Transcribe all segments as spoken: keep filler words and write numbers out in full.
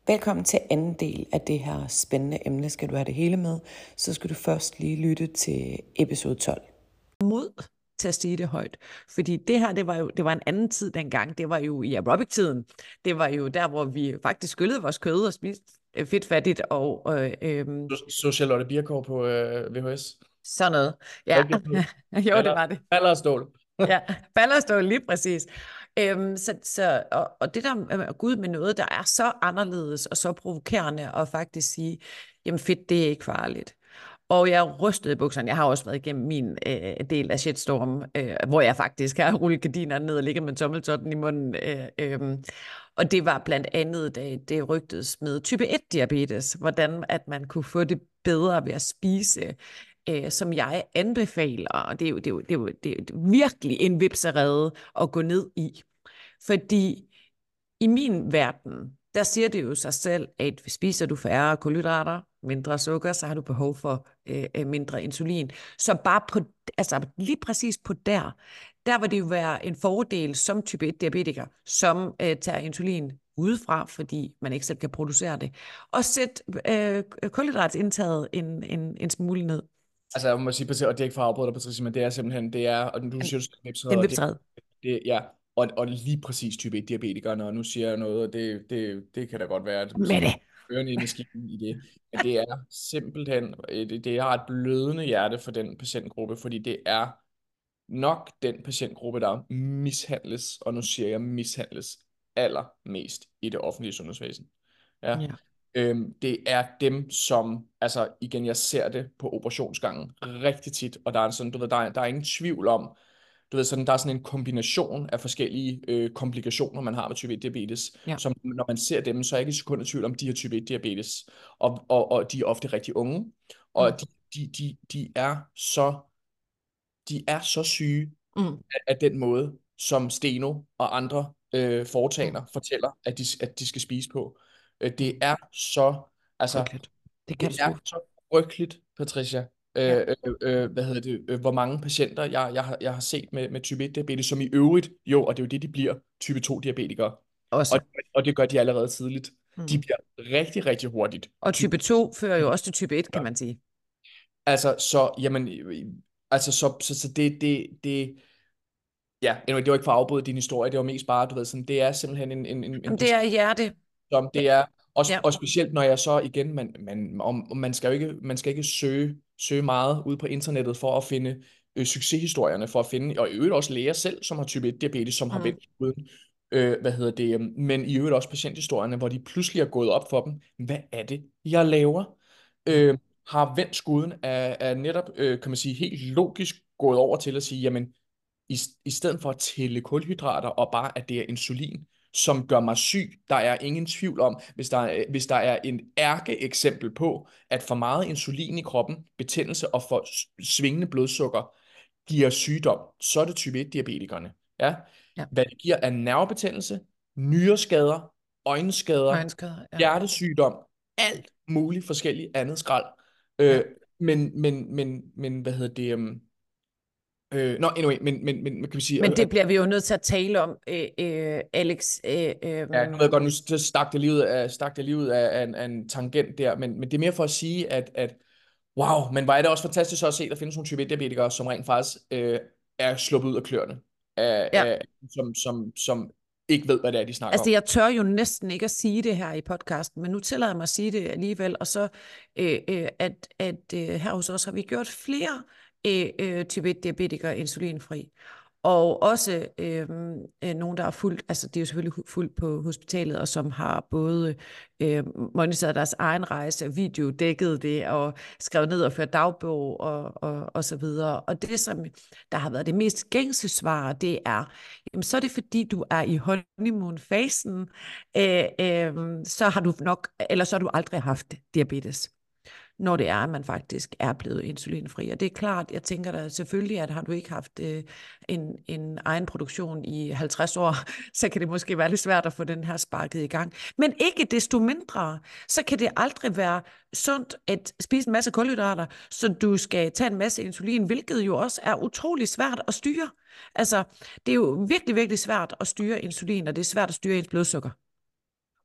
Velkommen til anden del af det her spændende emne. Skal du have det hele med, så skal du først lige lytte til episode tolv. Mod til at sige det højt. Fordi det her, det var jo det var en anden tid dengang. Det var jo i aerobic-tiden. Det var jo der, hvor vi faktisk skyllede vores kød og spiste fedtfattigt og øh, øh, Så Charlotte Birkow på øh, V H S. sådan noget. Ja, jo, det var det. Baller og stål. Ja, ballerstål lige præcis. Øhm, så, så, og, og det der med Gud med noget, der er så anderledes og så provokerende, og faktisk sige, jamen fedt, det er ikke farligt. Og jeg rystede i bukserne. Jeg har også været igennem min øh, del af shitstorm, øh, hvor jeg faktisk har rullet gardinerne ned og ligget med tommeltotten i munden. Øh, øh, og det var blandt andet, da det rygtedes med type et diabetes, hvordan at man kunne få det bedre ved at spise, øh, som jeg anbefaler. Og det er jo, det er jo, det er jo, det er jo virkelig en vipserede at gå ned i. Fordi i min verden, der siger det jo sig selv, at spiser du færre kulhydrater, mindre sukker, så har du behov for øh, mindre insulin. Så bare på, altså lige præcis på der, der vil det jo være en fordel som type et diabetiker, som øh, tager insulin udefra, fordi man ikke selv kan producere det, og sætte øh, kulhydratindtaget en, en, en smule ned. Altså jeg må sige, og det er ikke for at afbryde dig, Patricia, men det er simpelthen, det er, og du siger, det er en vipsred. Det, det, ja, og, og lige præcis type et diabetikerne, og nu siger jeg noget, og det, det, det kan da godt være, at med det. ørerne i maskinen i det, men det er simpelthen, det, det har et blødende hjerte for den patientgruppe, fordi det er nok den patientgruppe, der mishandles, og nu siger jeg mishandles allermest i det offentlige sundhedsvæsen. Ja. Ja. Øhm, det er dem, som, altså igen, jeg ser det på operationsgangen rigtig tit, og der er sådan, du ved, der er, der er ingen tvivl om, du ved, sådan, der er sådan en kombination af forskellige øh, komplikationer, man har med type et diabetes, Ja. som når man ser dem, så er jeg ikke i sekund af tvivl om, de har type et diabetes, og, og, og de er ofte rigtig unge, og mm. de, de, de, de er så, de er så syge mm. af, af den måde, som Steno og andre øh, foretagender mm. fortæller, at de, at de skal spise på. Det er så, altså, frygteligt. Det, det er så frygteligt, Patricia. Ja. Øh, øh, øh, hvad hedder det? Øh, hvor mange patienter jeg, jeg, har, jeg har set med, med type et diabetes, som i øvrigt, jo, og det er jo det, de bliver, type to diabetikere. Også. Og, og det gør de allerede tidligt. Mm. De bliver rigtig, rigtig hurtigt. Og type to fører jo også til type et, kan man sige. Altså, så, jamen, altså, så, så, så det, det, det, ja, anyway, det var ikke for at afbryde din historie, det var mest bare, du ved, sådan, det er simpelthen en, en, en, en det er hjerte. Som det er, og, ja. og specielt når jeg så igen, man, man, om, man skal jo ikke, man skal ikke søge, søge meget ude på internettet for at finde øh, succeshistorierne, for at finde, og i øvrigt også læger selv, som har type et diabetes, som mm. har vendt uden, øh, hvad hedder det, men i øvrigt også patienthistorierne, hvor de pludselig er gået op for dem, hvad er det, jeg laver? Mm. Øh, har vendt skuden af, af netop, øh, kan man sige, helt logisk gået over til at sige, jamen, i, i stedet for at tælle kulhydrater, og bare at det er insulin, som gør mig syg. Der er ingen tvivl om, hvis der er, hvis der er en ærke eksempel på, at for meget insulin i kroppen, betændelse og for svingende blodsukker giver sygdom, så er det type et diabetikerne. Ja? Ja. Hvad det giver af nervebetændelse, nyreskader, øjenskader, øjenskader ja. hjertesygdom, alt muligt forskelligt andet skrald. Ja. Øh, men, men, men, men, hvad hedder det... Um, Øh, no, anyway, men, men, men kan vi sige... Men det bliver vi jo nødt til at tale om, øh, øh, Alex. Øh, øh, ja, nu ved jeg godt, nu stak det lige ud af, stak det lige ud af, af, en, af en tangent der, men, men det er mere for at sige, at, at wow, men hvor er det også fantastisk at se, at der findes nogle type et diabetikere, som rent faktisk øh, er sluppet ud af kløerne, af, ja. af, som, som, som ikke ved, hvad det er, de snakker altså, om. Jeg tør jo næsten ikke at sige det her i podcasten, men nu tillader jeg mig at sige det alligevel, og så, øh, øh, at, at øh, her hos os har vi gjort flere Øh, type et diabetikere insulinfri. Og også øh, øh, nogen, der er fuldt, altså det er jo selvfølgelig fuldt på hospitalet, og som har både øh, moniteret deres egen rejse, video dækket det, og skrevet ned og ført dagbog, og, og, og så videre. Og det, som der har været det mest gængse svar, det er, jamen, så er det fordi, du er i honeymoon-fasen, øh, øh, så har du nok, eller så har du aldrig haft diabetes, når det er, at man faktisk er blevet insulinfri. Og det er klart, jeg tænker da selvfølgelig, at har du ikke haft øh, en, en egen produktion i halvtreds år, så kan det måske være lidt svært at få den her sparket i gang. Men ikke desto mindre, så kan det aldrig være sundt at spise en masse kulhydrater, så du skal tage en masse insulin, hvilket jo også er utrolig svært at styre. Altså, det er jo virkelig, virkelig svært at styre insulin, og det er svært at styre ens blodsukker.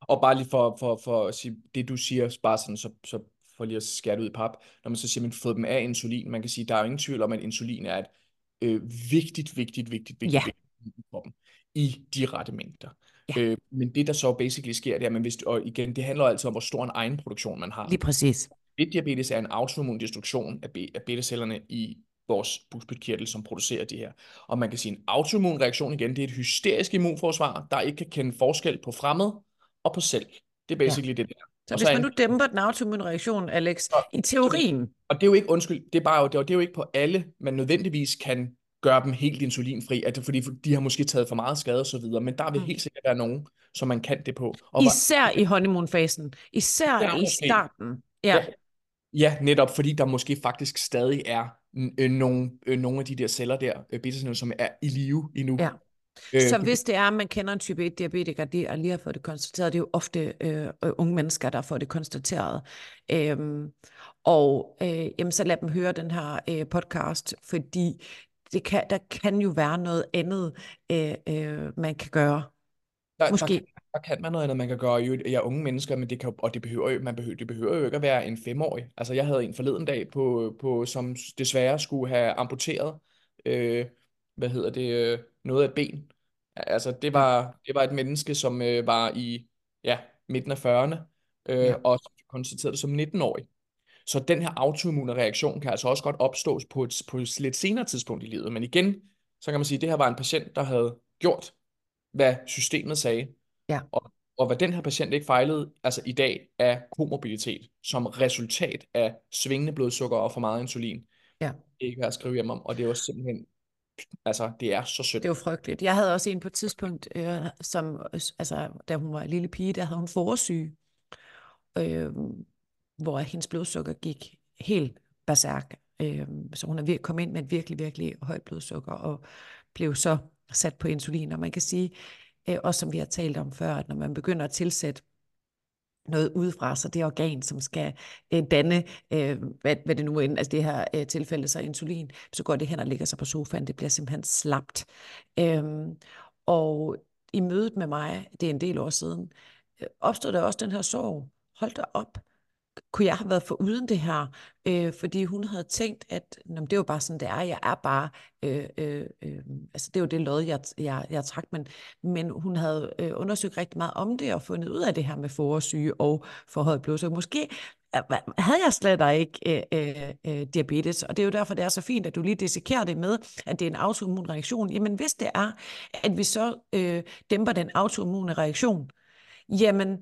Og bare lige for, for, for at sige, det du siger, bare sådan, så, så for lige at skære det ud i pap, når man så siger, at man får dem af insulin, man kan sige, der er jo ingen tvivl om, at insulin er et øh, vigtigt, vigtigt, vigtigt, vigtigt, Ja, vigtigt for dem i de rette mængder. ja, Øh, men det, der så basically sker, det er, at man hvis, og igen, det handler jo altid om, hvor stor en egenproduktion man har. lige præcis. Fedtdiabetes er en autoimmun destruktion af, be- af beta-cellerne i vores bugspytkirtel, som producerer de her. Og man kan sige, en autoimmun reaktion igen, det er et hysterisk immunforsvar, der ikke kan kende forskel på fremmed og på selv. Det er Ja. basically det der. Så Og hvis så er man en, nu dæmper den autoimmune reaktion, Alex, så, i så det, teorien, og det er jo ikke, undskyld, det er bare jo, det er, jo- det er jo ikke på alle, man nødvendigvis kan gøre dem helt insulinfri, at det, fordi de har måske taget for meget skade og så videre, men der vil mm. helt sikkert være nogen, som man kan det på. Og hvor, især i honeymoon-fasen, især der i måske, starten, ja, ja, ja, netop fordi der måske faktisk stadig er øh, nogle, øh, nogle af de der celler der, øh, beta-celler, som er i live endnu. ja. Øh, Så på- hvis det er, at man kender en type et diabetiker, de er lige har fået det konstateret, det er jo ofte øh, øh, unge mennesker, der får det konstateret. Øhm, og øh, jamen, så lad dem høre den her øh, podcast, fordi det kan, der kan jo være noget andet, øh, øh, man kan gøre. der, der, Måske. kan, der kan man noget andet, man kan gøre. Jo, jeg er unge mennesker, men det kan, jo- og det behøver jo, man behøver, det behøver jo ikke at være en femårig. Altså, jeg havde en forleden dag, på, på, som desværre skulle have amputeret, øh, hvad hedder det, øh, noget af ben. Altså, det Ja, var, det var et menneske, som øh, var i ja, midten af fyrrerne, øh, ja, og konstaterede det som nitten-årig. Så den her autoimmune reaktion kan altså også godt opstå på et, på et lidt senere tidspunkt i livet. Men igen, så kan man sige, at det her var en patient, der havde gjort, hvad systemet sagde. ja, Og, og hvad den her patient ikke fejlede, altså i dag, er komorbiditet, som resultat af svingende blodsukker og for meget insulin. ja. Ikke værd at skrive hjem om, og det var simpelthen, altså det er så synd. Det er jo frygteligt. Jeg havde også en på et tidspunkt, øh, som, altså, da hun var en lille pige, der havde hun forårsyge, øh, hvor hendes blodsukker gik helt berserk. Øh, så hun er vir- kom ind med et virkelig, virkelig højt blodsukker, og blev så sat på insulin. Og man kan sige, øh, også som vi har talt om før, at når man begynder at tilsætte noget udefra, så det organ, som skal øh, danne, øh, hvad, hvad det nu er, altså det her øh, tilfælde, så insulin, så går det hen og ligger sig på sofaen. Det bliver simpelthen slapt. Øhm, og i mødet med mig, det er en del år siden, øh, opstod der også den her sorg. Hold da op. Kunne jeg have været foruden det her? Øh, fordi hun havde tænkt, at nå, det er jo bare sådan, det er. Jeg er bare, øh, øh, øh, altså det er jo det lod, jeg, jeg, jeg trak, men, men hun havde øh, undersøgt rigtig meget om det, og fundet ud af det her med forårsyge og forhøjet blodsukker. Måske øh, havde jeg slet ikke øh, øh, diabetes, og det er jo derfor, det er så fint, at du lige dissekerer det med, at det er en autoimmun reaktion. Jamen hvis det er, at vi så øh, dæmper den autoimmune reaktion, jamen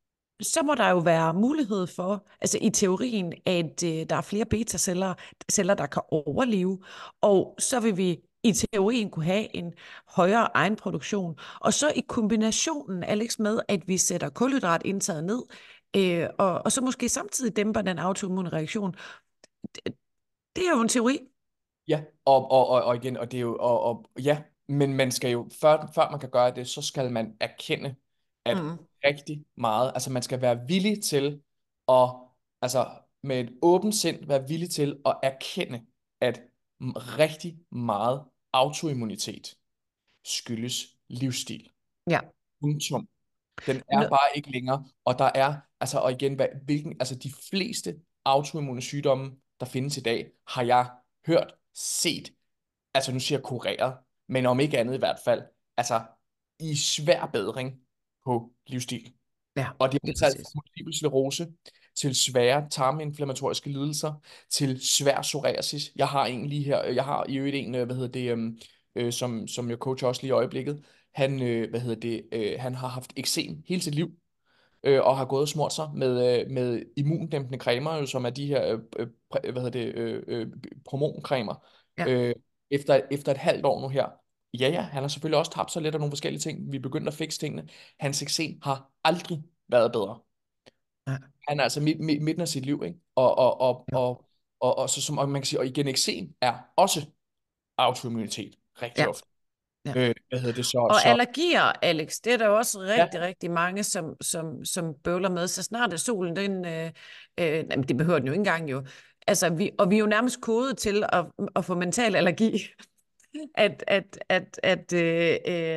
så må der jo være mulighed for, altså i teorien, at øh, der er flere beta-celler, celler, der kan overleve, og så vil vi i teorien kunne have en højere egenproduktion. Og så i kombinationen, Alex, med, at vi sætter kulhydratindtaget ned, øh, og, og så måske samtidig dæmper den autoimmune reaktion. Det, det er jo en teori. Ja, og, og, og, og igen, og det er jo, og, og ja, men man skal jo, før, før man kan gøre det, så skal man erkende, at Mm. rigtig meget, altså man skal være villig til at, altså med et åbent sind, være villig til at erkende, at m- rigtig meget autoimmunitet skyldes livsstil. Ja. Punktum. Den er Nå, bare ikke længere, og der er, altså, og igen, hvad, hvilken, altså de fleste autoimmune sygdomme, der findes i dag, har jeg hørt, set, altså nu siger jeg kureret, men om ikke andet i hvert fald, altså i svær bedring på livsstil. ja, Og det lige er alt præcis. fra multiple sklerose til svære tarminflammatoriske lidelser, til svær psoriasis. Jeg har en lige her, jeg har i øvrigt en, øh, hvad hedder det, øhm, øh, som, som jeg coacher også lige i øjeblikket. Han, øh, hvad hedder det, øh, han har haft eksem hele sit liv, øh, og har gået og smurt sig med, øh, med immundæmpende cremer, jo, som er de her, øh, øh, præ- hvad hedder det, øh, øh, hormoncremer, Ja, øh, efter, efter et halvt år nu her. Ja, ja, han har selvfølgelig også tabt sig lidt af nogle forskellige ting. Vi er begyndt at fikse tingene. Hans eksem har aldrig været bedre. ja, Han er altså midt, midt, midten af sit liv, ikke? Og, og, og, ja, og, og, og, så, som og man kan sige, og igen, eksem er også autoimmunitet rigtig ja, ofte. ja. Øh, hvad hedder det så? Og Så allergier, Alex, det er der også ja, rigtig, rigtig mange, som, som, som bøvler med. Så snart er solen, den, øh, øh, jamen, det behøver den jo ikke engang jo. Altså, vi, og vi er jo nærmest kodet til at, at få mental allergi. at, at, at, at øh,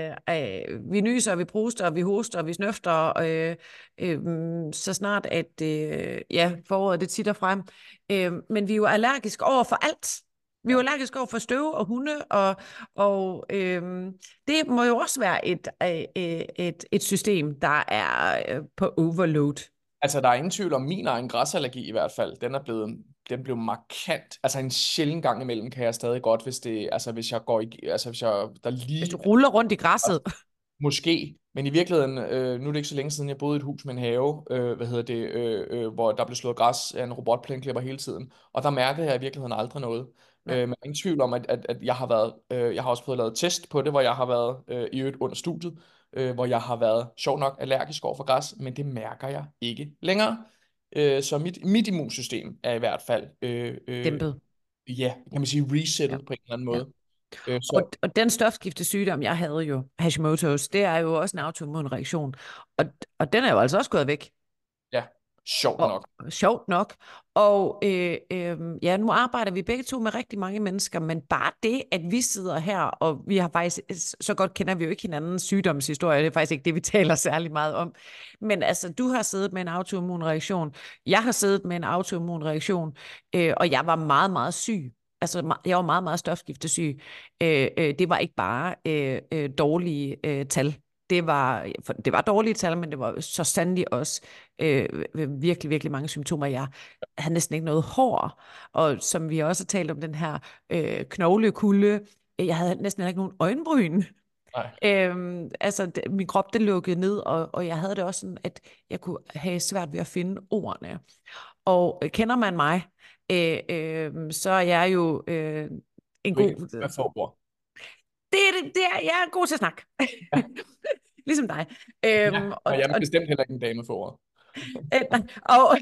øh, vi nyser, og vi pruster, og vi hoster, og vi snøfter, øh, øh, så snart at øh, ja, foråret det titter frem. Øh, men vi er jo allergiske over for alt. Vi er jo allergiske over for støv og hunde, og, og øh, det må jo også være et, et, et, et system, der er på overload. Altså, der er ingen tvivl om min egen græsallergi i hvert fald. Den er blevet, den blev markant. Altså, en sjælden gang imellem kan jeg stadig godt, hvis det, altså, hvis jeg går i, altså, hvis jeg, der lige... Hvis du ruller rundt i græsset. Måske, men i virkeligheden, øh, nu er det ikke så længe siden, jeg boede i et hus med en have, øh, hvad hedder det, øh, øh, hvor der blev slået græs af en robotplæneklipper hele tiden, og der mærkede jeg i virkeligheden aldrig noget. Øh, men ingen tvivl om, at, at, at jeg har været, øh, jeg har også fået lavet test på det, hvor jeg har været øh, i øvrigt under studiet, øh, hvor jeg har været, sjov nok, allergisk over for græs, men det mærker jeg ikke længere. Øh, så mit, mit immunsystem er i hvert fald, øh, øh, Dæmpet. ja, kan man sige, resettet Ja. på en eller anden Ja. måde. Øh, så... Og, og den stofskiftesygdom, jeg havde jo, Hashimoto's, det er jo også en autoimmun reaktion. Og, og den er jo altså også gået væk. Ja, sjovt Og, nok. sjovt nok. Og øh, øh, ja, nu arbejder vi begge to med rigtig mange mennesker, men bare det, at vi sidder her, og vi har faktisk, så godt kender vi jo ikke hinandens sygdomshistorie, det er faktisk ikke det, vi taler særlig meget om. Men altså, du har siddet med en autoimmun reaktion, jeg har siddet med en autoimmun reaktion, øh, og jeg var meget, meget syg. Altså, jeg var meget, meget stofskiftesyg. Øh, øh, det var ikke bare øh, øh, dårlige øh, tal. Det var, det var dårlige tal, men det var så sandelig også øh, virkelig, virkelig mange symptomer. Jeg havde næsten ikke noget hår, og som vi også har talt om, den her øh, knoglekulde. Jeg havde næsten ikke nogen øjenbryn. Nej. Øhm, altså, det, min krop, det lukkede ned, og, og jeg havde det også sådan, at jeg kunne have svært ved at finde ordene. Og øh, kender man mig, øh, øh, så er jeg jo øh, en Du ikke god... hvad for ord. Det, det, det er, jeg er god til at snakke. Ja. Ligesom dig. Ja, Øhm, og, og jeg er og, bestemt heller ikke en dame for ord. øh, nej, og,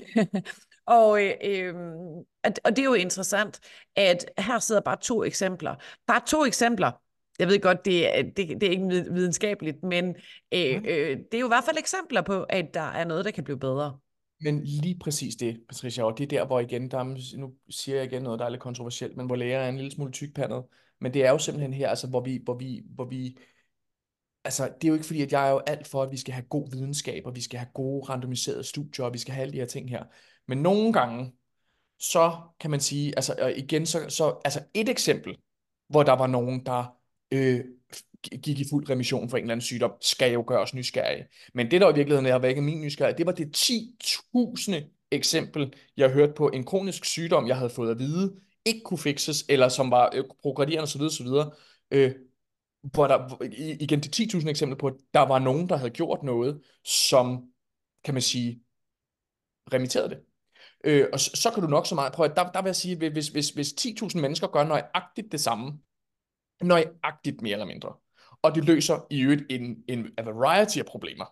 og, øh, øh, og det er jo interessant, at her sidder bare to eksempler. Bare to eksempler. Jeg ved godt, det er, det, det er ikke videnskabeligt, men øh, øh, det er jo i hvert fald eksempler på, at der er noget, der kan blive bedre. Men lige præcis det, Patricia, og det er der, hvor igen, der er, nu siger jeg igen noget, der er lidt kontroversielt, men hvor læger er en lille smule tykpandet. Men det er jo simpelthen her, altså, hvor vi, hvor vi, hvor vi, altså, det er jo ikke fordi, at jeg er jo alt for, at vi skal have god videnskab, og vi skal have gode randomiserede studier, og vi skal have alle de her ting her. Men nogle gange, så kan man sige, altså og igen, så, så altså et eksempel, hvor der var nogen, der øh, gik i fuld remission for en eller anden sygdom, skal jo gøre os nysgerrige. Men det, der i virkeligheden har været min nysgerrige, det var det ti tusinde eksempel, jeg hørte på en kronisk sygdom, jeg havde fået at vide, ikke kunne fikses, eller som var øh, progredierende osv. osv. Øh, hvor der, igen, det ti tusinde eksempler på, at der var nogen, der havde gjort noget, som, kan man sige, remitterede det. Øh, og så, så kan du nok så meget prøve, at der, der vil jeg sige, hvis, hvis, hvis ti tusind mennesker gør nøjagtigt det samme, nøjagtigt mere eller mindre, og det løser i øvrigt en, en a variety af problemer,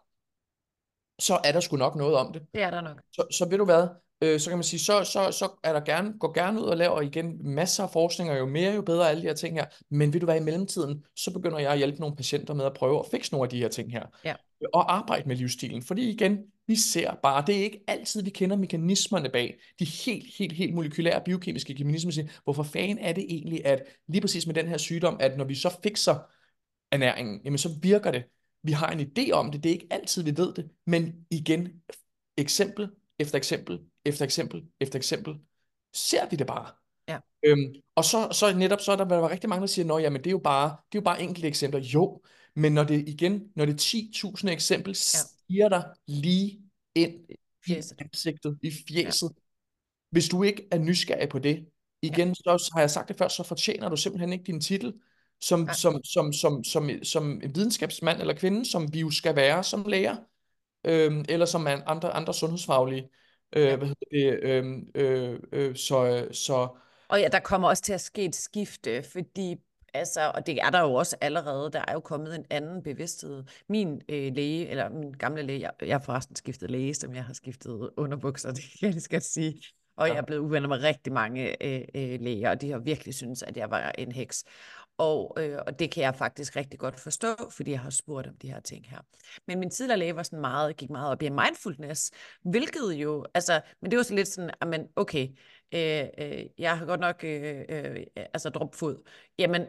så er der sgu nok noget om det. Det er der nok. Så, så ved du hvad, øh, så kan man sige, så, så, så er der gerne, gå gerne ud og lave, og igen, masser af forskning, og jo mere, jo bedre, alle de her ting her. Men ved du hvad, i mellemtiden, så begynder jeg at hjælpe nogle patienter med at prøve at fikse nogle af de her ting her. Ja. Og arbejde med livsstilen. Fordi igen, vi ser bare, det er ikke altid, vi kender mekanismerne bag de helt, helt, helt molekylære biokemiske mekanismer. Hvorfor fanden er det egentlig, at lige præcis med den her sygdom, at når vi så fikser ernæringen, jamen så virker det. Vi har en idé om det, det er ikke altid, vi ved det. Men igen, eksempel efter eksempel, efter eksempel, efter eksempel, ser vi det bare. Ja. Øhm, og så, så netop så er der, der rigtig mange, der siger, nå ja, men det er jo bare, det er jo bare enkelte eksempler. Jo, men når det igen, når det ti tusind eksempel stiger dig lige ind i ansigtet, i fjeset, ja. Hvis du ikke er nysgerrig på det, igen, ja. så har jeg sagt det før, så fortjener du simpelthen ikke din titel som, som, som, som, som, som en videnskabsmand eller kvinde, som vi jo skal være som læger, øhm, eller som andre, andre sundhedsfaglige. Øh, ja. Hvad hedder det? Øh, øh, øh, så, så... Og ja, der kommer også til at ske et skifte, fordi altså, og det er der jo også allerede, der er jo kommet en anden bevidsthed. Min øh, læge, eller min gamle læge, jeg, jeg har forresten skiftet læge, som jeg har skiftet underbukser, det kan jeg skal sige. Og ja. Jeg er blevet uvenner med rigtig mange øh, øh, læger, og de har virkelig syntes, at jeg var en heks. Og, øh, og det kan jeg faktisk rigtig godt forstå, fordi jeg har spurgt om de her ting her. Men min tidligere læge var sådan meget, gik meget op i mindfulness, hvilket jo, altså, men det var så lidt sådan, amen, okay, øh, øh, jeg har godt nok, øh, øh, altså dropfod. Jamen,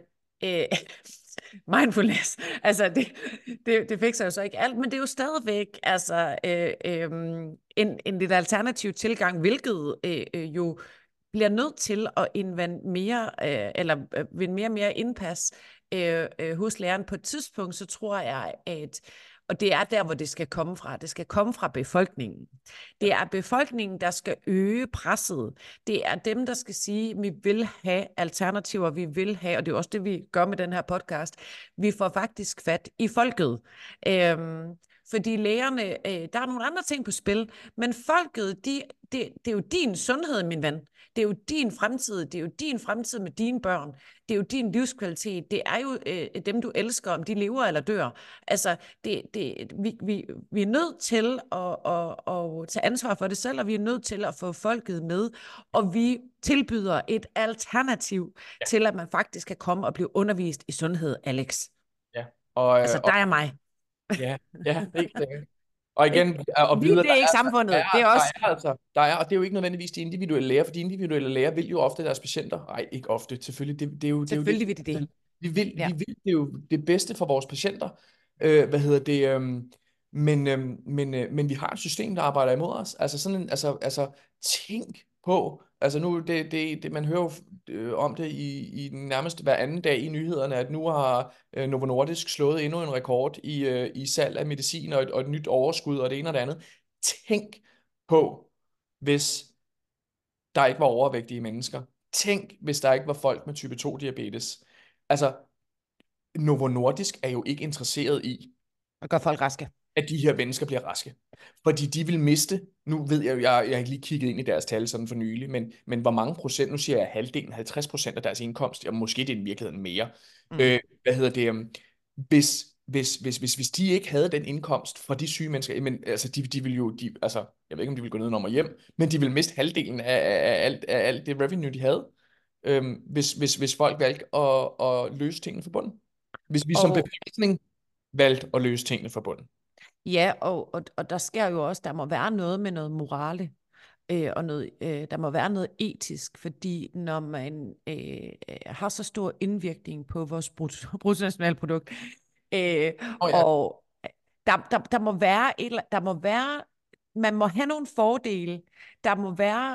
Øh, mindfulness, altså det, det, det fikser jo så ikke alt, men det er jo stadigvæk altså, øh, øh, en, en lidt alternativ tilgang, hvilket øh, øh, jo bliver nødt til at indvende mere, øh, eller øh, vinde mere og mere indpas øh, øh, hos læreren. På et tidspunkt, så tror jeg, at, og det er der, hvor det skal komme fra, det skal komme fra befolkningen. Det er befolkningen, der skal øge presset. Det er dem, der skal sige, at vi vil have alternativer, vi vil have, og det er også det, vi gør med den her podcast, vi får faktisk fat i folket. Øhm, fordi lægerne, øh, der er nogle andre ting på spil, men folket, de, det, det er jo din sundhed, min ven. Det er jo din fremtid, det er jo din fremtid med dine børn, det er jo din livskvalitet, det er jo øh, dem, du elsker, om de lever eller dør. Altså, det, det, vi, vi, vi er nødt til at, at, at tage ansvar for det selv, og vi er nødt til at få folket med, og vi tilbyder et alternativ ja. til, at man faktisk kan komme og blive undervist i sundhed, Alex. Ja, og, altså og, dig og mig. Ja, ja, ikke det. Og igen, og vi, vide, det er ikke der samfundet, der er, det er også... Der er, altså, der er, og det er jo ikke nødvendigvis de individuelle læger, for de individuelle læger vil jo ofte deres patienter, nej, ikke ofte, selvfølgelig, det, det er jo selvfølgelig det, er jo det, vil de det. Vi vil, ja. vi vil, det er jo det bedste for vores patienter, øh, hvad hedder det, øh, men, øh, men, øh, men vi har et system, der arbejder imod os, altså sådan en, altså, altså tænk på, altså nu, det, det, det man hører jo øh, om det i, i nærmest hver anden dag i nyhederne, at nu har øh, Novo Nordisk slået endnu en rekord i, øh, i salg af medicin og et, og et nyt overskud og det ene og det andet. Tænk på, hvis der ikke var overvægtige mennesker. Tænk, hvis der ikke var folk med type to diabetes. Altså, Novo Nordisk er jo ikke interesseret i, at gøre folk raske. At de her mennesker bliver raske. Fordi de vil miste, nu ved jeg jo, jeg, jeg har ikke lige kigget ind i deres tal sådan for nylig, men, men hvor mange procent, nu siger jeg halvdelen, halvtreds procent af deres indkomst, og måske det er i virkeligheden mere. Mm. Øh, hvad hedder det? Um, hvis, hvis, hvis, hvis, hvis de ikke havde den indkomst fra de syge mennesker, men altså de, de vil jo, de, altså, jeg ved ikke, om de vil gå ned og hjem, men de vil miste halvdelen af, af, af, alt, af alt det revenue, de havde, øhm, hvis, hvis, hvis folk valgte at, at løse tingene fra bunden. Hvis vi og... som befolkning valgte at løse tingene fra bunden. Ja, og, og, og der sker jo også, der må være noget med noget morale, øh, og noget, øh, der må være noget etisk, fordi når man øh, har så stor indvirkning på vores bruttonationalprodukt, øh, oh, ja. og der, der, der må være et, der må være, man må have nogle fordele, der må være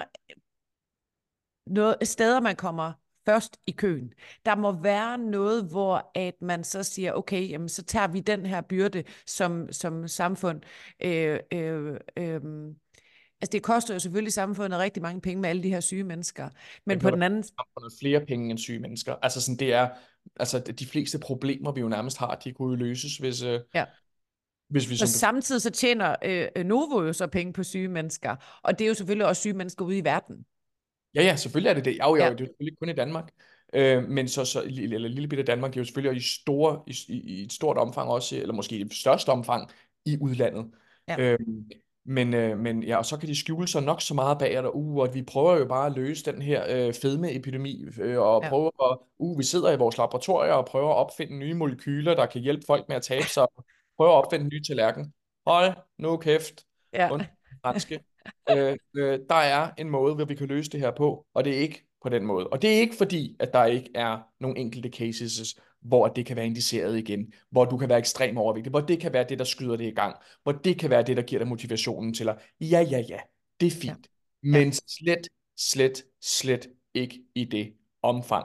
noget, steder, man kommer først i køen. Der må være noget, hvor at man så siger, okay, jamen, så tager vi den her byrde som, som samfund. Øh, øh, øh, altså det koster jo selvfølgelig samfundet rigtig mange penge med alle de her syge mennesker. Men på den anden... Samfundet flere penge end syge mennesker. Altså sådan, det er, altså de fleste problemer, vi jo nærmest har, de kunne jo løses, hvis... Øh, ja. Hvis vi og som... samtidig så tjener øh, Novo jo så penge på syge mennesker. Og det er jo selvfølgelig også syge mennesker ude i verden. Ja, ja, selvfølgelig er det det. Jo, jo, ja. det er selvfølgelig kun i Danmark. Øh, men så, så eller lille bitte Danmark er jo selvfølgelig i, store, i, i et stort omfang også, eller måske i et størst omfang, i udlandet. Ja. Øh, men, øh, men ja, og så kan de skjule sig nok så meget bag, at uh, og vi prøver jo bare at løse den her øh, fedmeepidemi, øh, og ja. prøver at, uh, vi sidder i vores laboratorier og prøver at opfinde nye molekyler, der kan hjælpe folk med at tabe sig, og prøver at opfinde en ny tallerken. Hold nu kæft. Ja. Und, franske. øh, øh, der er en måde, hvor vi kan løse det her på, og det er ikke på den måde. Og det er ikke fordi, at der ikke er nogle enkelte cases, hvor det kan være indiceret igen, hvor du kan være ekstrem overvægtig, hvor det kan være det, der skyder det i gang, hvor det kan være det, der giver dig motivationen til at, ja, ja, ja, det er fint. Ja. Men ja. slet, slet, slet ikke i det omfang,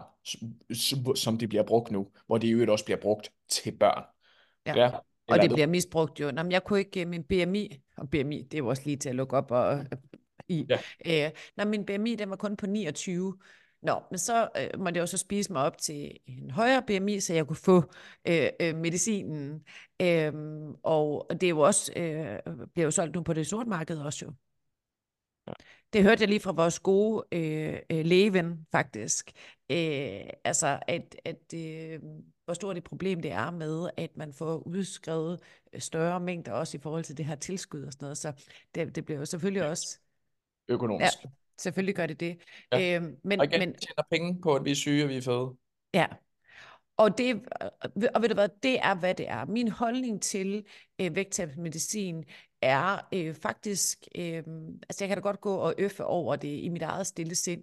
som det bliver brugt nu, hvor det jo også bliver brugt til børn. Ja. Ja. Og det bliver misbrugt jo. Nå, men jeg kunne ikke, min B M I, og B M I, det er jo også lige til at lukke op og, i. Ja. Øh, når min B M I, den var kun på niogtyve. Nå, men så øh, måtte jeg jo så spise mig op til en højere B M I, så jeg kunne få øh, øh, medicinen. Øh, og det er jo også, øh, bliver jo solgt nu på det sorte marked også jo. Ja. Det hørte jeg lige fra vores gode øh, øh, lægeven, faktisk. Øh, altså, at, at øh, hvor stort et problem det er med, at man får udskrevet større mængder, også i forhold til det her tilskud og sådan noget. Så det, det bliver jo selvfølgelig også... økonomisk. Ja, selvfølgelig gør det det. Ja. Øh, men, og igen, men, tjener penge på, at vi er syge, og vi er fede. Ja. Og, det, og ved du hvad, det er, hvad det er. Min holdning til øh, vægttabsmedicin er øh, faktisk, øh, altså jeg kan da godt gå og øffe over det i mit eget stille sind,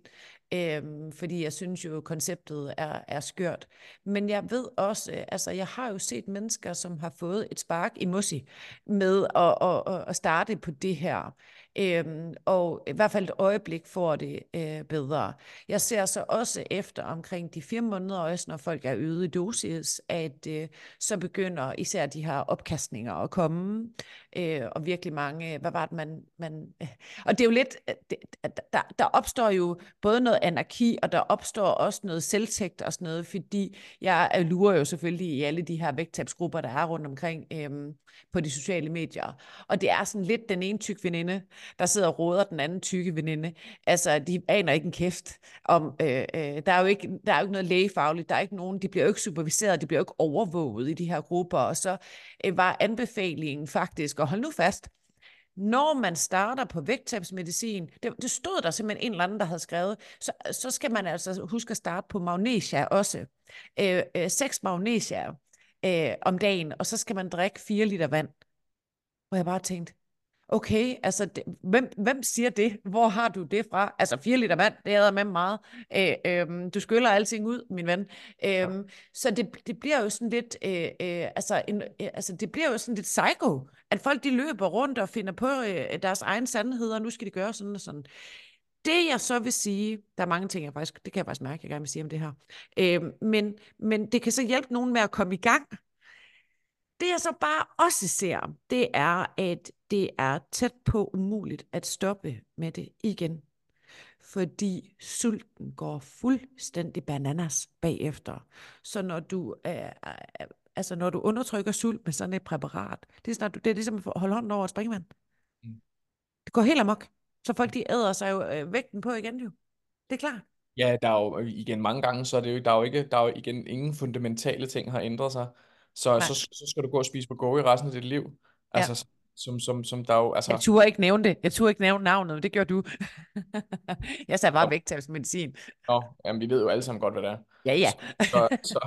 øhm, fordi jeg synes jo, konceptet er, er skørt. Men jeg ved også, øh, altså jeg har jo set mennesker, som har fået et spark i mussi med at, at, at, at starte på det her. Øhm, og i hvert fald et øjeblik får det øh, bedre. Jeg ser så også efter omkring de fire måneder, også når folk er øget i dosis, at øh, så begynder især de her opkastninger at komme, øh, og virkelig mange, hvad var det man, man øh, og det er jo lidt, det, der, der opstår jo både noget anarki, og der opstår også noget selvtægt og sådan noget, fordi jeg lurer jo selvfølgelig i alle de her vægttabsgrupper, der er rundt omkring øh, på de sociale medier, og det er sådan lidt den ene tyk veninde, der sidder og råder den anden tykke veninde. Altså, de aner ikke en kæft om, øh, øh, der er jo ikke, der er jo ikke noget lægefagligt, der er ikke nogen, de bliver jo ikke superviseret, de bliver jo ikke overvåget i de her grupper, og så øh, var anbefalingen faktisk, og hold nu fast, når man starter på vægttabsmedicin, det, det stod der simpelthen en eller anden, der havde skrevet, så, så skal man altså huske at starte på magnesia også. Øh, øh, seks magnesia øh, om dagen, og så skal man drikke fire liter vand. Og jeg bare tænkte, okay, altså, det, hvem, hvem siger det? Hvor har du det fra? Altså, fire liter vand, det er med meget. Øh, øh, du skyller alting ud, min ven. Øh, ja. Så det, det bliver jo sådan lidt, øh, øh, altså, en, øh, altså, det bliver jo sådan lidt psycho, at folk de løber rundt og finder på øh, deres egen sandheder, og nu skal de gøre sådan og sådan. Det jeg så vil sige, der er mange ting, jeg faktisk, det kan jeg faktisk mærke, jeg gerne vil sige om det her, øh, men, men det kan så hjælpe nogen med at komme i gang. Det jeg så bare også ser, det er, at det er tæt på umuligt at stoppe med det igen. Fordi sulten går fuldstændig bananas bagefter. Så når du, øh, altså når du undertrykker sult med sådan et præparat, det er, sådan, det er ligesom at holde hånden over et springvand. Mm. Det går helt amok. Så folk de æder sig jo øh, vægten på igen jo. Det er klart. Ja, der er jo igen mange gange, så er det jo, der er jo ikke, der er jo igen ingen fundamentale ting har ændret sig. Så, så, så skal du gå og spise på go i resten af dit liv. Altså, ja. som, som, som der jo, altså... Jeg turde ikke nævne det. Jeg turde ikke nævne navnet. Det gjorde du. Jeg sagde bare vægttabsmedicin. Nå, jamen vi ved jo alle sammen godt, hvad det er. Ja, ja. Så, så,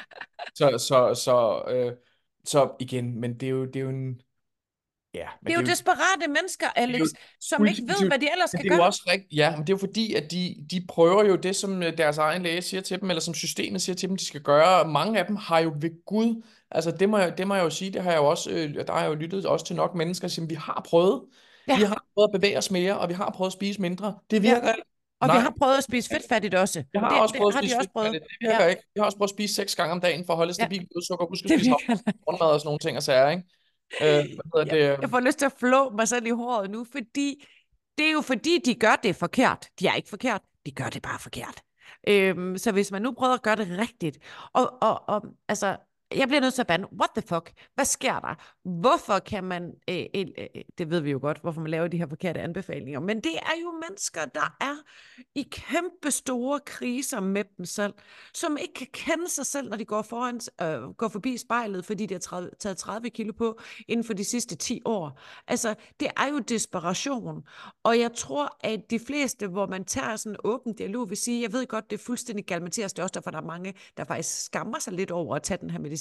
så, så, så, så, øh, så igen, men det er jo, det er jo en... Ja, men det er jo det er desperate mennesker, Alex, jo, som ikke ved, hvad de ellers skal gøre. Det er jo gøre. også rigtigt, ja, men det er jo fordi, at de, de prøver jo det, som deres egen læge siger til dem, eller som systemet siger til dem, de skal gøre. Mange af dem har jo ved Gud, altså det må jeg, det må jeg jo sige, det har jeg jo også, der har jeg jo lyttet også til nok mennesker, som vi har prøvet. Ja. Vi har prøvet at bevæge os mere, og vi har prøvet at spise mindre. Det virker ja. ikke. Og Nej. vi har prøvet at spise fedtfattigt også. Jeg har det, også prøvet det, at spise fedtfattigt. Det virker ja. ikke. Jeg har også prøvet at spise seks gange om dagen for at holde stabil blodsukker. Husk at spise morgenmad og sådan nogle ting og sager, ikke? Øh, hvad det? Jeg, jeg får lyst til at flå mig selv i håret nu, fordi det er jo fordi, de gør det forkert. De er ikke forkert, de gør det bare forkert. Øhm, så hvis man nu prøver at gøre det rigtigt, og, og, og altså, jeg bliver nødt til at bande, what the fuck, hvad sker der? Hvorfor kan man, øh, øh, det ved vi jo godt, hvorfor man laver de her forkerte anbefalinger, men det er jo mennesker, der er i kæmpe store kriser med dem selv, som ikke kan kende sig selv, når de går, foran, øh, går forbi spejlet, fordi de har tredive, taget tredive kilo på inden for de sidste ti år. Altså, det er jo desperation, og jeg tror, at de fleste, hvor man tager sådan en åben dialog, vil sige, jeg ved godt, det er fuldstændig galmatias, det er også derfor, der er mange, der faktisk skammer sig lidt over at tage den her medicin.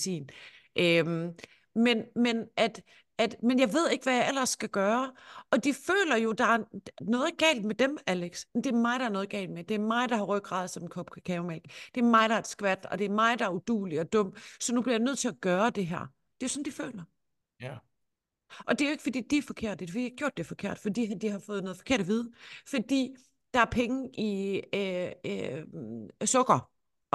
Øhm, men, men, at, at, men jeg ved ikke, hvad jeg ellers skal gøre. Og de føler jo, der er noget galt med dem, Alex. Det er mig, der er noget galt med. Det er mig, der har ryggrad som en kop kakaomælk. Det er mig, der er et skvat, og det er mig, der er uduelig og dum. Så nu bliver jeg nødt til at gøre det her. Det er sådan, de føler. Ja. Og det er jo ikke, fordi de er forkerte. Det er, fordi jeg har gjort det forkert. Fordi de har fået noget forkert at vide. Fordi der er penge i øh, øh, sukker.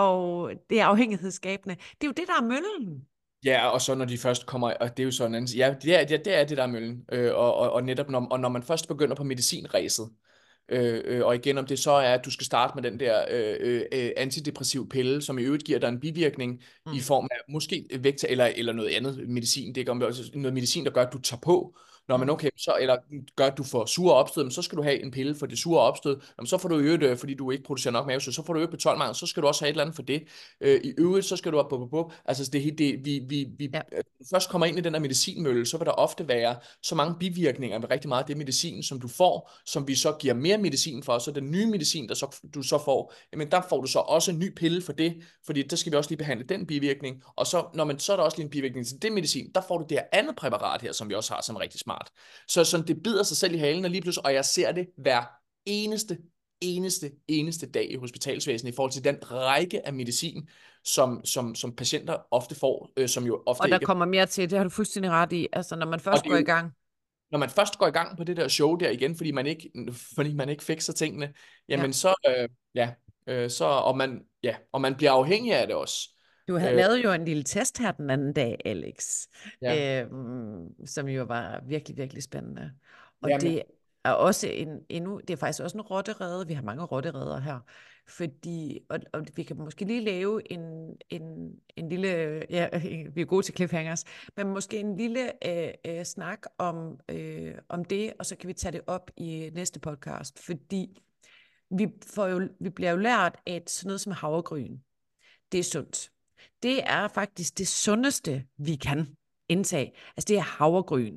Og det er afhængighedsskabende. Det er jo det, der er møllen. Ja, og så når de først kommer, og det er jo sådan en, ja, det er, det er det, der er møllen. Øh, og, og, og netop når, og når man først begynder på medicinræset, øh, øh, og igen om det så er, at du skal starte med den der øh, øh, antidepressiv pille, som i øvrigt giver dig en bivirkning mm. i form af måske vægt eller, eller noget andet medicin. Det er noget medicin, der gør, at du tager på. Nå, men okay, så, eller gør, at du får sure opstød, men så skal du have en pille for det sure opstød, jamen, så får du øvrigt, fordi du ikke producerer nok mavesød, så får du øvrigt B tolv mangel, så skal du også have et eller andet for det. Øh, I øvrigt, så skal du op på, på, på. Altså, det, det, vi, vi, vi ja. først kommer ind i den her medicinmølle, så vil der ofte være så mange bivirkninger med rigtig meget af det medicin, som du får, som vi så giver mere medicin for, så den nye medicin, der så, du så får, jamen der får du så også en ny pille for det, fordi der skal vi også lige behandle den bivirkning, og så, når man, så er der også lige en bivirkning til det medicin, der får du det her andet præparat her, som vi også har, som er rigtig smart. Så sådan, det bider sig selv i halen og lige pludselig, og jeg ser det hver eneste eneste, eneste dag i hospitalsvæsenet i forhold til den række af medicin, som, som, som patienter ofte får, øh, som jo ofte Og der ikke... kommer mere til, det har du fuldstændig ret i. Altså, når man Og først det er går i jo, gang. når man først går i gang på det der show der igen, fordi man ikke, fordi man ikke fikser tingene, jamen Ja. så, øh, ja, øh, så, og man, ja, og man bliver afhængig af det også. Du havde Øh, lavet jo en lille test her den anden dag, Alex, ja, øhm, som jo var virkelig, virkelig spændende. Og jamen, det er også en, endnu, det er faktisk også en rotterede. Vi har mange rottereder her. Fordi, og, og vi kan måske lige lave en, en, en lille, ja, vi er gode til cliffhangers, men måske en lille øh, øh, snak om, øh, om det, og så kan vi tage det op i næste podcast. Fordi vi, får jo, vi bliver jo lært, at sådan noget som havregryn, det er sundt. Det er faktisk det sundeste, vi kan indtage. Altså det er havregryn.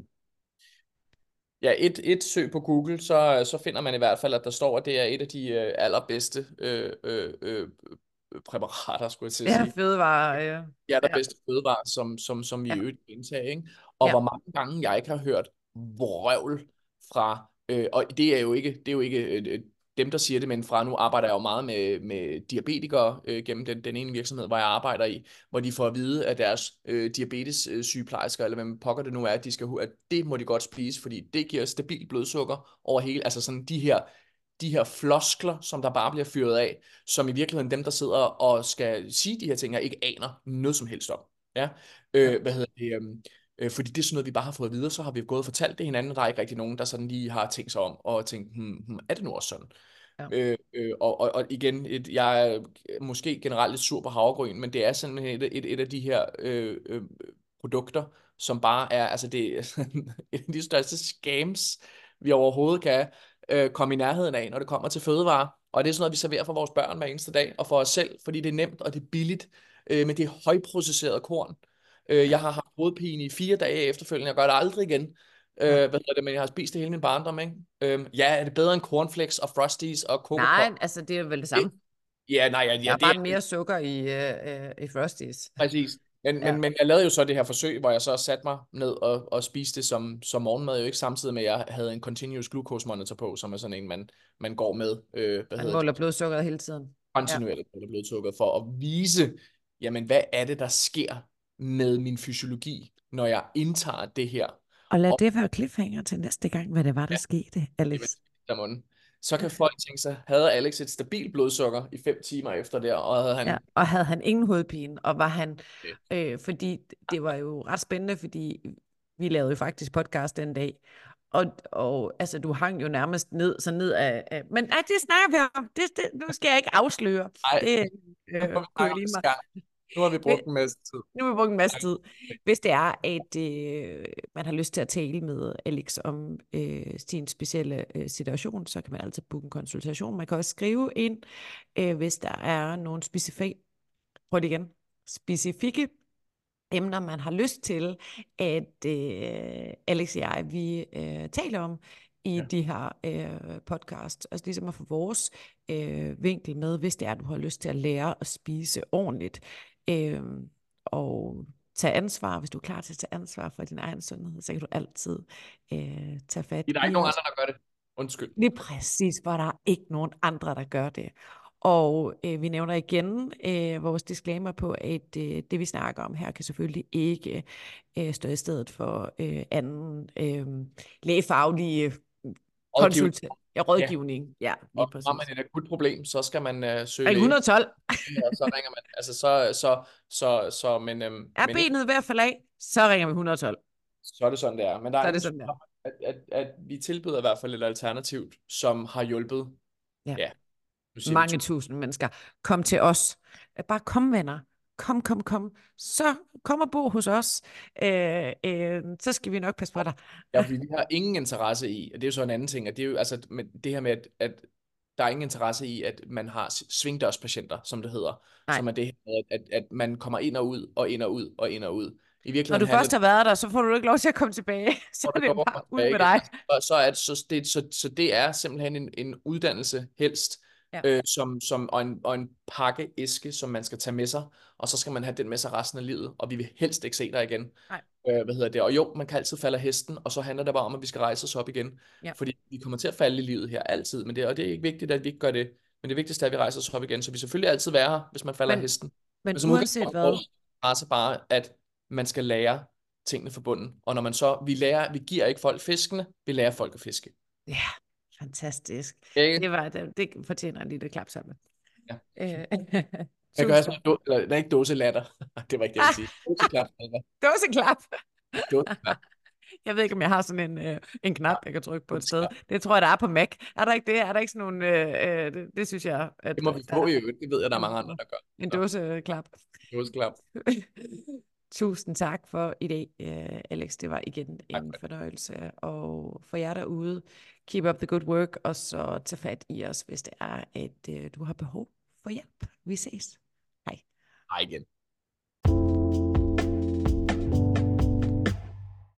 ja, et, et søg på Google, så, så finder man i hvert fald, at der står, at det er et af de øh, allerbedste øh, øh, øh, præparater, skulle jeg til at Ja, sige. fødevare. Øh, Ja, der ja, bedste fødevarer, som, som, som vi ja, i øvrigt kan indtage, ikke? Og ja. hvor mange gange jeg ikke har hørt vrøvl fra, øh, og det er jo ikke, det er jo ikke øh, dem, der siger det, men fra nu arbejder jeg jo meget med, med diabetikere øh, gennem den, den ene virksomhed, hvor jeg arbejder i, hvor de får at vide, at deres øh, diabetes-sygeplejersker, eller hvem pokker det nu er, at, de skal, at det må de godt spise, fordi det giver stabil blodsukker over hele, altså sådan de her de her floskler, som der bare bliver fyret af, som i virkeligheden dem, der sidder og skal sige de her ting, ikke aner noget som helst om. Ja? Øh, hvad hedder det? øhm, Øh, fordi det er sådan noget, vi bare har fået videre, så har vi gået og fortalt det hinanden, og der er ikke rigtig nogen, der sådan lige har tænkt sig om, og tænkt, hmm, hmm, er det nu også sådan? Ja. Øh, øh, og, og, og igen, et, jeg er måske generelt lidt sur på havregryn, men det er simpelthen et, et, et af de her øh, øh, produkter, som bare er, altså det er et af de største scams, vi overhovedet kan øh, komme i nærheden af, når det kommer til fødevarer. Og det er sådan noget, vi serverer for vores børn hver eneste dag, og for os selv, fordi det er nemt, og det er billigt, øh, men det er højprocesseret korn. Øh, jeg har haft hovedpine i fire dage efterfølgende, jeg gør det aldrig igen. Øh, Ja. hvad hedder det, men jeg har spist det hele min barndom, ikke? Øh, ja, er det bedre end cornflakes og Frosties og Coco Nej, Pop? altså det er vel det samme. Ja, nej, ja, Der ja, er det er bare mere sukker i, øh, øh, i Frosties. præcis. Men, Ja. men, men jeg lavede jo så det her forsøg, hvor jeg så satte mig ned og, og spiste det som, som morgenmad, jo ikke samtidig med, at jeg havde en continuous glucose monitor på, som er sådan en, man, man går med, øh, hvad Man hedder måler det, blodsukkeret hele tiden. Ja. kontinuerligt på blodsukkeret, for at vise, jamen, hvad er det, der sker med min fysiologi, når jeg indtager det her. Og lad Og det være cliffhanger til næste gang, hvad det var, der ja, skete, Alex. der munden. Så kan folk tænke sig, havde Alex et stabilt blodsukker i fem timer efter det, og havde han... Ja, og havde han ingen hovedpine, og var han, Okay. øh, fordi det var jo ret spændende, fordi vi lavede jo faktisk podcast den dag, og, og altså, du hang jo nærmest ned, så ned af, af men nej, det snakker vi om, det, det, nu skal jeg ikke afsløre, Ej, det nu øh, har vi kunne snakket jeg om lige det mig. skærm. Nu har vi brugt en masse tid. Nu har vi brugt en masse tid. Hvis det er, at øh, man har lyst til at tale med Alex om øh, sin specielle øh, situation, så kan man altid booke en konsultation. Man kan også skrive ind, øh, hvis der er nogle specifikke, prøv det igen, specifikke emner, man har lyst til, at øh, Alex og jeg, vi øh, taler om i Ja. de her øh, podcast. Altså ligesom at få vores øh, vinkel med, hvis det er, at du har lyst til at lære at spise ordentligt. Øh, og tage ansvar. Hvis du er klar til at tage ansvar for din egen sundhed, så kan du altid øh, tage fat Der er i ikke nogen os. andre, der gør det. Undskyld. Lige præcis, hvor der er ikke nogen andre, der gør det. Og øh, vi nævner igen øh, vores disclaimer på, at øh, det vi snakker om her kan selvfølgelig ikke øh, stå i stedet for øh, anden øh, lægefaglige Rådgivning. konsult- ja, rådgivning. Ja, lige Og har man præcis. et akut problem, så skal man uh, søge Ring læge, et et to. og så ringer man. Altså, så, så, så, så, men, øhm, Er men benet ved at falde af, så ringer vi et et to. så er det sådan, det er. Men der Så er er det ingen sådan tvivl der. om, at, at, at vi tilbyder i hvert fald et alternativ, som har hjulpet, Ja. ja, nu siger vi Mange tusind mennesker. Kom til os. Bare kom, venner. Kom, kom, kom. Så kom og bo hos os. Øh, øh, så skal vi nok passe på dig. Ja, fordi vi har ingen interesse i, og det er jo så en anden ting, at det er jo altså med det her med, at, at der er ingen interesse i, at man har svingdørspatienter, som det hedder, Nej. som er det her med, at, at man kommer ind og ud, og ind og ud, og ind og ud. I Når virkeligheden du handler først har været der, så får du ikke lov til at komme tilbage. Så er det det går bare op, ud med ikke? dig. Og så er det, så det, så, så det er simpelthen en, en uddannelse helst, Ja. øh, som, som, og, en, og en pakkeæske, som man skal tage med sig, og så skal man have den med sig resten af livet, og vi vil helst ikke se dig igen. Nej. Øh, hvad hedder det? Og jo, man kan altid falde af hesten, og så handler det bare om, at vi skal rejse os op igen. Ja. Fordi vi kommer til at falde i livet her altid, men det, og det er ikke vigtigt, at vi ikke gør det. Men det vigtigste er, at vi rejser os op igen, så vi selvfølgelig altid være her, hvis man falder af Men, hesten. men Men som uanset udgangspunkt hvad, er det bare, at man skal lære tingene fra bunden. Og når man så, vi lærer, vi giver ikke folk fiskene, vi lærer folk at fiske. ja, fantastisk. Ikke? Det var det, det fortjener en lille klap sammen. Ja. Øh, Jeg gør tusind. sådan, do, eller, det er ikke dåselatter. Det var ikke det, jeg ville sige. Dåseklap. eller Dåseklap. Dåseklap. Jeg ved ikke, om jeg har sådan en, øh, en knap, jeg kan trykke på et sted. Dåseklap. Det tror jeg, der er på Mac. Er der ikke det? Er der ikke sådan nogle... Øh, øh, det, det synes jeg, at Det må vi der få er i øvrigt. Det ved jeg, der er mange andre, der gør. en Så, dåseklap. dåseklap. Tusind tak for i dag, øh, Alex. Det var igen Tak en for det. fornøjelse. Og for jer derude, keep up the good work, og så tag fat i os, hvis det er, at øh, du har behov for hjælp. Vi ses. Hej. Hej igen.